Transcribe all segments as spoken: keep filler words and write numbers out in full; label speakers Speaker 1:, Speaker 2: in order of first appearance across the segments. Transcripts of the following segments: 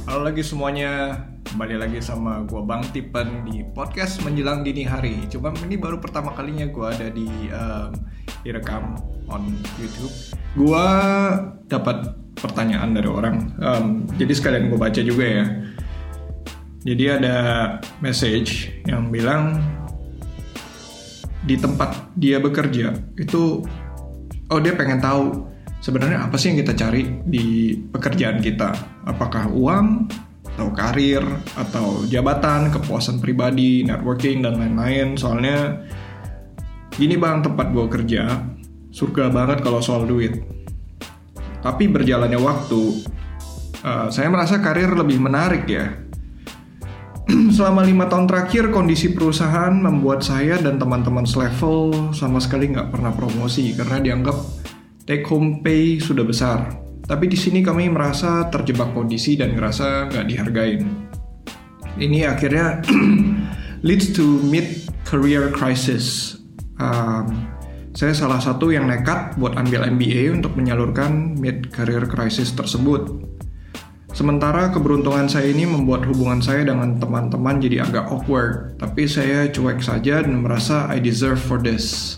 Speaker 1: Halo lagi semuanya, kembali lagi sama gue Bang Tipen di podcast Menjelang Dini Hari. Cuma ini baru pertama kalinya gue ada di um, direkam on YouTube. Gue dapat pertanyaan dari orang, um, jadi sekalian gue baca juga ya. Jadi ada message yang bilang di tempat dia bekerja itu, oh dia pengen tahu sebenarnya apa sih yang kita cari di pekerjaan kita? Apakah uang, atau karir, atau jabatan, kepuasan pribadi, networking, dan lain-lain. Soalnya gini bang, tempat gue kerja surga banget kalau soal duit. Tapi berjalannya waktu, uh, saya merasa karir lebih menarik ya. Selama lima tahun terakhir, kondisi perusahaan membuat saya dan teman-teman selevel sama sekali nggak pernah promosi karena dianggap take home pay sudah besar. Tapi di sini kami merasa terjebak kondisi dan ngerasa nggak dihargain. Ini akhirnya leads to mid career crisis. Um, saya salah satu yang nekat buat ambil M B A untuk menyalurkan mid career crisis tersebut. Sementara keberuntungan saya ini membuat hubungan saya dengan teman-teman jadi agak awkward. Tapi saya cuek saja dan merasa I deserve for this.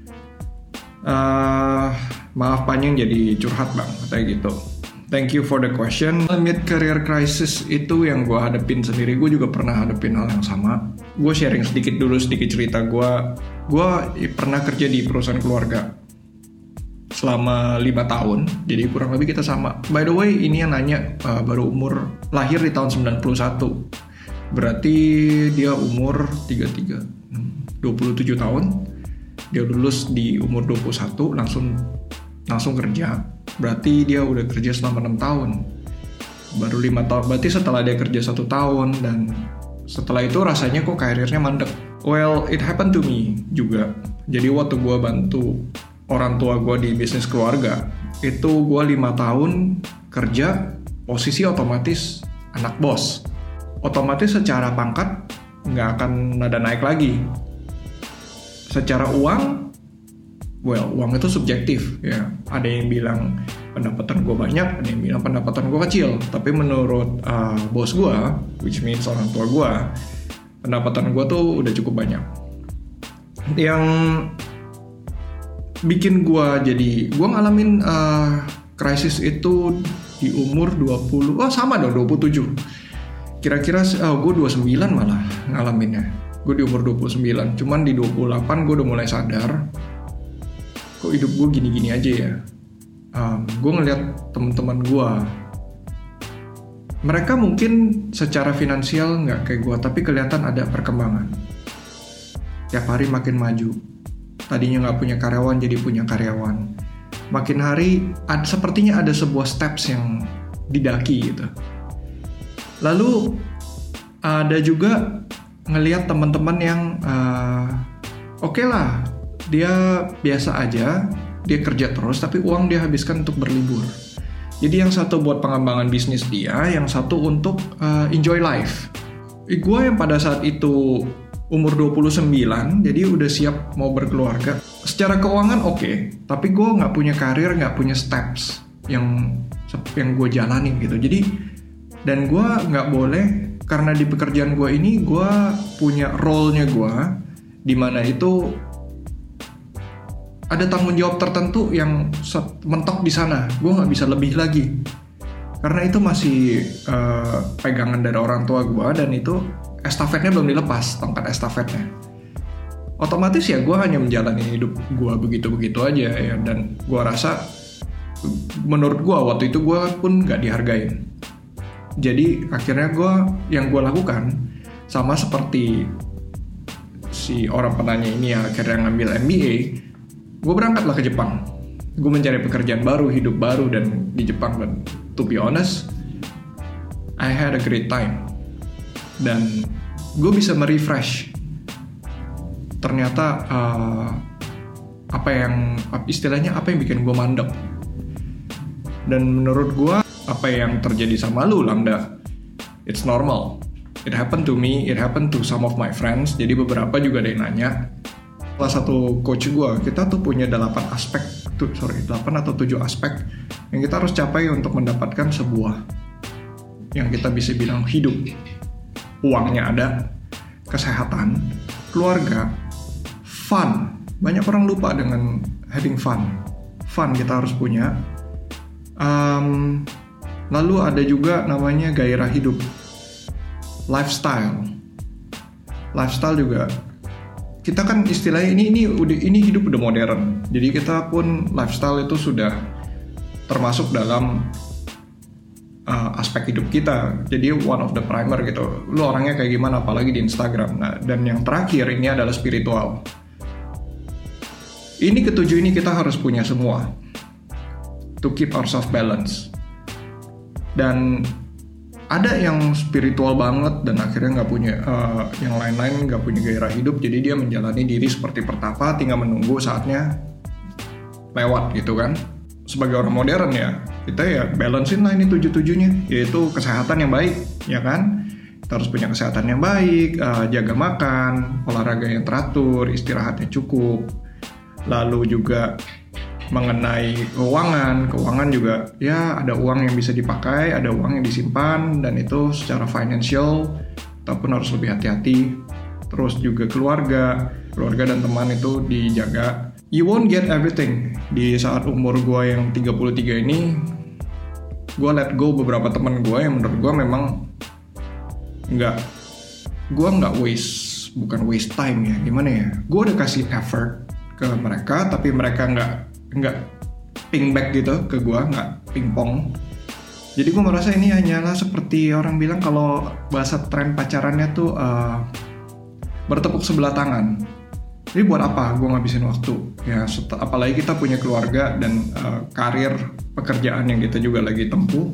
Speaker 1: Uh, Maaf panjang jadi curhat bang, kayak gitu. Thank you for the question. Mid career crisis itu yang gue hadepin sendiri. Gue juga pernah hadepin hal yang sama. Gue sharing sedikit dulu, sedikit cerita gue. Gue pernah kerja di perusahaan keluarga selama lima tahun. Jadi kurang lebih kita sama. By the way, ini yang nanya uh, baru umur, lahir di tahun sembilan puluh satu. Berarti dia umur tiga puluh tiga, dua puluh tujuh tahun. Dia lulus di umur dua puluh satu, langsung langsung kerja. Berarti dia udah kerja selama enam tahun. Baru lima tahun, berarti setelah dia kerja satu tahun. Dan setelah itu rasanya kok karirnya mandek. Well, it happened to me juga. Jadi waktu gue bantu orang tua gue di bisnis keluarga, itu gue lima tahun kerja, posisi otomatis anak bos. Otomatis secara pangkat nggak akan nada naik lagi. Secara uang, well, uang itu subjektif ya. Ada yang bilang pendapatan gue banyak, ada yang bilang pendapatan gue kecil. Tapi menurut uh, bos gue, which means orang tua gue, pendapatan gue tuh udah cukup banyak. Yang bikin gue jadi, gue ngalamin uh, krisis itu di umur dua puluh, oh sama dong, dua puluh tujuh. Kira-kira oh, gue dua puluh sembilan malah ngalaminnya. Gue di umur dua puluh sembilan, cuman di dua puluh delapan gue udah mulai sadar kok hidup gue gini-gini aja ya. um, Gue ngeliat teman-teman gue, mereka mungkin secara finansial gak kayak gue, tapi kelihatan ada perkembangan. Tiap hari makin maju. Tadinya gak punya karyawan jadi punya karyawan. Makin hari ad, sepertinya ada sebuah steps yang didaki gitu. Lalu ada juga ngelihat teman-teman yang uh, oke okay lah, dia biasa aja, dia kerja terus tapi uang dia habiskan untuk berlibur. Jadi yang satu buat pengembangan bisnis dia, yang satu untuk uh, enjoy life. Gue yang pada saat itu umur dua puluh sembilan, jadi udah siap mau berkeluarga. Secara keuangan oke, okay, tapi gue nggak punya karir, nggak punya steps yang yang gue jalanin gitu. Jadi dan gue nggak boleh, karena di pekerjaan gue ini gue punya role-nya gue, dimana itu ada tanggung jawab tertentu yang mentok di sana. Gue nggak bisa lebih lagi karena itu masih uh, pegangan dari orang tua gue, dan itu estafetnya belum dilepas, tongkat estafetnya. Otomatis ya gue hanya menjalani hidup gue begitu-begitu aja ya, dan gue rasa menurut gue waktu itu gue pun nggak dihargain. Jadi akhirnya gue, yang gue lakukan sama seperti si orang penanya ini yang akhirnya ngambil M B A, gue berangkatlah ke Jepang. Gue mencari pekerjaan baru, hidup baru dan di Jepang. Dan to be honest, I had a great time. Dan gue bisa merefresh. Ternyata uh, apa yang istilahnya apa yang bikin gue mandek. Dan menurut gue, apa yang terjadi sama lu, Lambda, it's normal. It happened to me, it happened to some of my friends. Jadi beberapa juga ada yang nanya. Salah satu coach gue, kita tuh punya delapan aspek, tuh, sorry, delapan atau tujuh aspek yang kita harus capai untuk mendapatkan sebuah yang kita bisa bilang hidup. Uangnya ada, kesehatan, keluarga, fun. Banyak orang lupa dengan having fun. Fun kita harus punya. Um, lalu ada juga namanya gairah hidup, lifestyle. Lifestyle juga. Kita kan istilahnya ini ini udah ini hidup udah modern. Jadi kita pun lifestyle itu sudah termasuk dalam uh, aspek hidup kita. Jadi one of the primer gitu. Lu orangnya kayak gimana apalagi di Instagram. Nah, dan yang terakhir ini adalah spiritual. Ini ketujuh ini kita harus punya semua to keep ourselves balance. Dan ada yang spiritual banget dan akhirnya nggak punya uh, yang lain-lain nggak punya gairah hidup, jadi dia menjalani diri seperti pertapa, tinggal menunggu saatnya lewat gitu kan. Sebagai orang modern ya kita ya balancein lah ini tujuh-tujuhnya, yaitu kesehatan yang baik ya kan. Kita harus punya kesehatan yang baik, uh, jaga makan, olahraga yang teratur, istirahatnya cukup. Lalu juga mengenai keuangan, keuangan juga ya ada uang yang bisa dipakai, ada uang yang disimpan, dan itu secara financial ataupun harus lebih hati-hati. Terus juga keluarga, keluarga dan teman itu dijaga. You won't get everything. Di saat umur gue yang tiga puluh tiga ini, gue let go beberapa teman gue yang menurut gue memang nggak, gue nggak waste, bukan waste time ya, gimana ya? Gue udah kasih effort ke mereka, tapi mereka nggak nggak ping back gitu ke gue, nggak pingpong. Jadi gue merasa ini hanyalah seperti orang bilang kalau bahasa tren pacarannya tuh uh, bertepuk sebelah tangan. Jadi buat apa gue ngabisin waktu? Ya set- apalagi kita punya keluarga dan uh, karir pekerjaan yang kita juga lagi tempuh.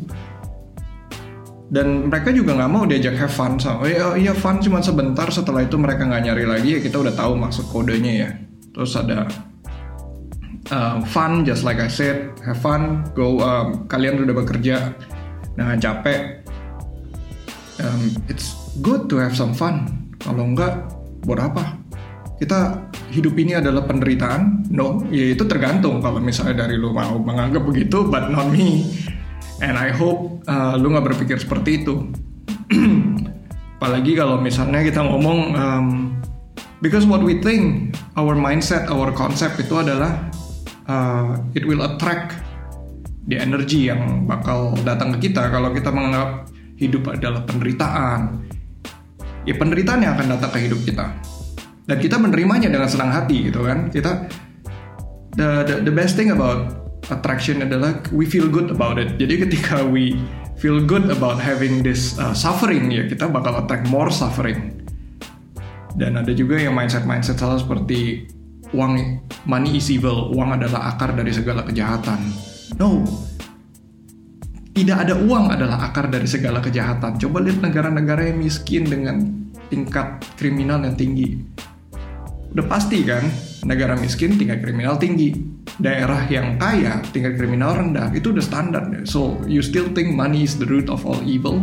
Speaker 1: Dan mereka juga nggak mau diajak have fun sama. Oh iya, iya fun cuma sebentar, setelah itu mereka nggak nyari lagi ya kita udah tahu maksud kodenya ya. Terus ada Uh, fun, just like I said, have fun, go. Um, kalian udah bekerja, nah capek. Um, it's good to have some fun. Kalau enggak, buat apa? Kita hidup ini adalah penderitaan? No, ya itu tergantung. Kalau misalnya dari lu mau menganggap begitu, but not me. And I hope uh, lu nggak berpikir seperti itu. Apalagi kalau misalnya kita ngomong, um, because what we think, our mindset, our concept itu adalah Uh, it will attract the energy yang bakal datang ke kita. Kalau kita menganggap hidup adalah penderitaan, ya penderitaan yang akan datang ke hidup kita. Dan kita menerimanya dengan senang hati gitu kan. Kita the, the the best thing about attraction adalah we feel good about it. Jadi ketika we feel good about having this uh, suffering, ya kita bakal attract more suffering. Dan ada juga yang mindset-mindset salah seperti uang, money is evil, uang adalah akar dari segala kejahatan. No, tidak ada uang adalah akar dari segala kejahatan. Coba lihat negara-negara yang miskin dengan tingkat kriminal yang tinggi. Udah pasti kan, negara miskin tingkat kriminal tinggi. Daerah yang kaya tingkat kriminal rendah, itu udah standar. So, you still think money is the root of all evil?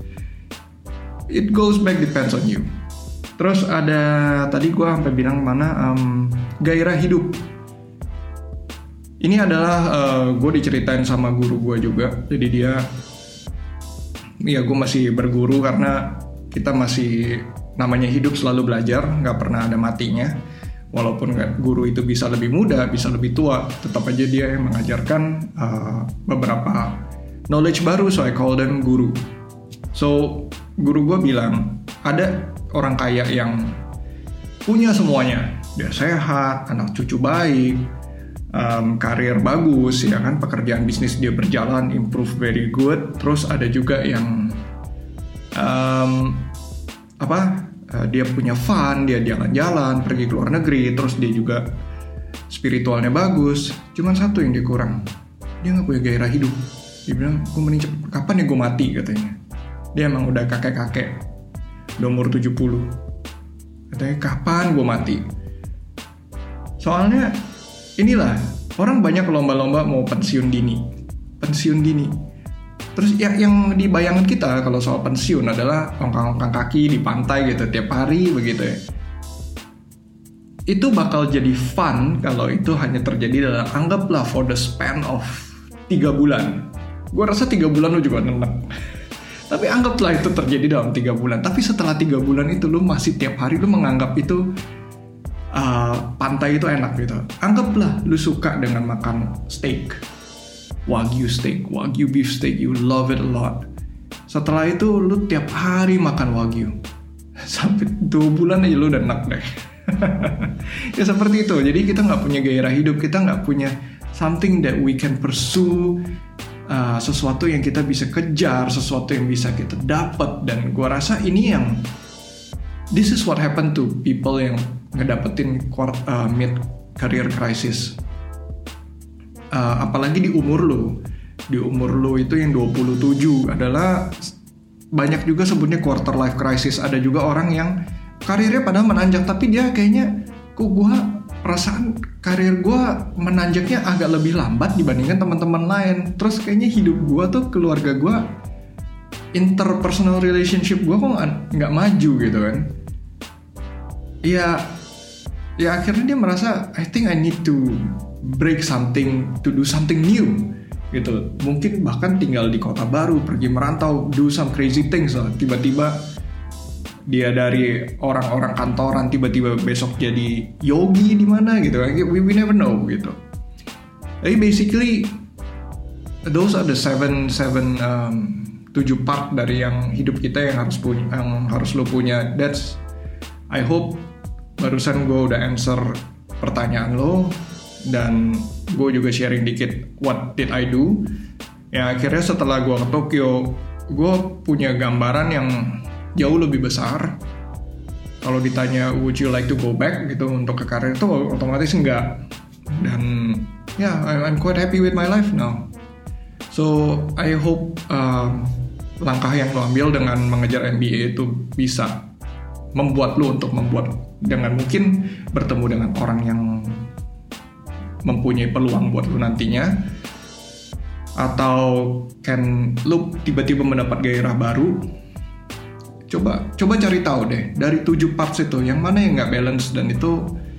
Speaker 1: It goes back, depends on you. Terus ada, tadi gue sampai bilang mana, um, gairah hidup. Ini adalah uh, gue diceritain sama guru gue juga. Jadi dia, ya gue masih berguru karena kita masih namanya hidup selalu belajar, nggak pernah ada matinya. Walaupun guru itu bisa lebih muda, bisa lebih tua, tetap aja dia yang mengajarkan uh, beberapa knowledge baru. So I call them guru. So guru gue bilang ada orang kaya yang punya semuanya, dia sehat, anak cucu baik, um, karir bagus, ya kan, pekerjaan bisnis dia berjalan, improve very good. Terus ada juga yang um, apa, uh, dia punya fun, dia jalan-jalan, pergi ke luar negeri, terus dia juga spiritualnya bagus. Cuman satu yang dia kurang, dia nggak punya gairah hidup. Dia bilang, gue mending cepet, kapan ya gue mati katanya. Dia emang udah kakek-kakek, udah umur tujuh puluh. Katanya kapan gue mati. Soalnya inilah, orang banyak lomba-lomba mau pensiun dini. Pensiun dini. Terus ya, yang di bayangan kita kalau soal pensiun adalah ongkang-ongkang kaki di pantai gitu tiap hari begitu ya. Itu bakal jadi fun kalau itu hanya terjadi dalam, anggaplah for the span of tiga bulan. Gue rasa tiga bulan lu juga nenek. Tapi anggaplah itu terjadi dalam tiga bulan. Tapi setelah tiga bulan itu lu masih tiap hari lu menganggap itu uh, pantai itu enak gitu. Anggaplah lu suka dengan makan steak, Wagyu steak, Wagyu beef steak, you love it a lot. Setelah itu lu tiap hari makan Wagyu. Sampai dua bulan aja lu udah enak deh. Ya seperti itu. Jadi kita nggak punya gairah hidup, kita nggak punya something that we can pursue, uh, sesuatu yang kita bisa kejar, sesuatu yang bisa kita dapat. Dan gua rasa ini yang this is what happened to people yang ngedapetin uh, mid career crisis. Uh, apalagi di umur lu, di umur lu itu yang dua puluh tujuh adalah banyak juga sebutnya quarter life crisis. Ada juga orang yang karirnya padahal menanjak, tapi dia kayaknya kok gue perasaan karir gue menanjaknya agak lebih lambat dibandingkan teman-teman lain. Terus kayaknya hidup gue tuh, keluarga gue, interpersonal relationship gue kok nggak maju gitu kan. Ya, ya akhirnya dia merasa I think I need to break something, to do something new gitu. Mungkin bahkan tinggal di kota baru, pergi merantau, do some crazy things lah. Tiba-tiba dia dari orang-orang kantoran tiba-tiba besok jadi yogi di mana gitu. We, we never know gitu. Jadi basically those are the seven seven um, tujuh part dari yang hidup kita yang harus punya, yang harus lo punya. That's I hope barusan gue udah answer pertanyaan lo. Dan gue juga sharing dikit what did I do. Ya akhirnya setelah gue ke Tokyo, gue punya gambaran yang jauh lebih besar. Kalau ditanya would you like to go back gitu untuk ke karir itu otomatis enggak. Dan ya yeah, I'm quite happy with my life now. So I hope um, langkah yang lo ambil dengan mengejar M B A itu bisa membuat lo untuk membuat dengan mungkin bertemu dengan orang yang mempunyai peluang buat lu nantinya, atau kan lu tiba-tiba mendapat gairah baru. Coba coba cari tahu deh dari tujuh parts itu yang mana yang nggak balance, dan itu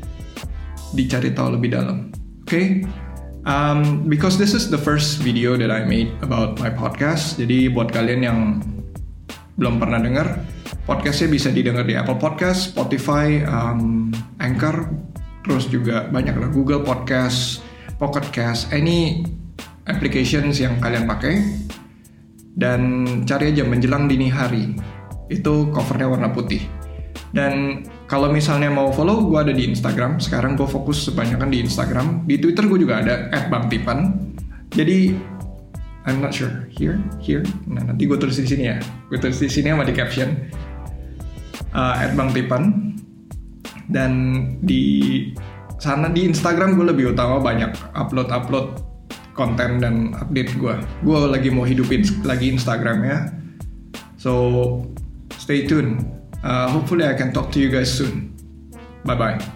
Speaker 1: dicari tahu lebih dalam. Oke, okay? um, because this is the first video that I made about my podcast. Jadi buat kalian yang belum pernah dengar, podcastnya bisa didengar di Apple Podcast, Spotify, um, Anchor. Terus juga banyak lah Google Podcast, Pocket Cast, any applications yang kalian pakai. Dan cari aja Menjelang Dini Hari. Itu covernya warna putih. Dan kalau misalnya mau follow, gue ada di Instagram. Sekarang gue fokus kebanyakan di Instagram. Di Twitter gue juga ada at bang tipan. Jadi I'm not sure here, here. Nah nanti gue tulis di sini ya. Gue tulis di sini sama di caption. Uh, at bang tipan. Dan di sana di Instagram gue lebih utama banyak upload-upload konten dan update gue. Gue lagi mau hidupin lagi Instagramnya. So stay tuned. Uh, hopefully I can talk to you guys soon. Bye bye.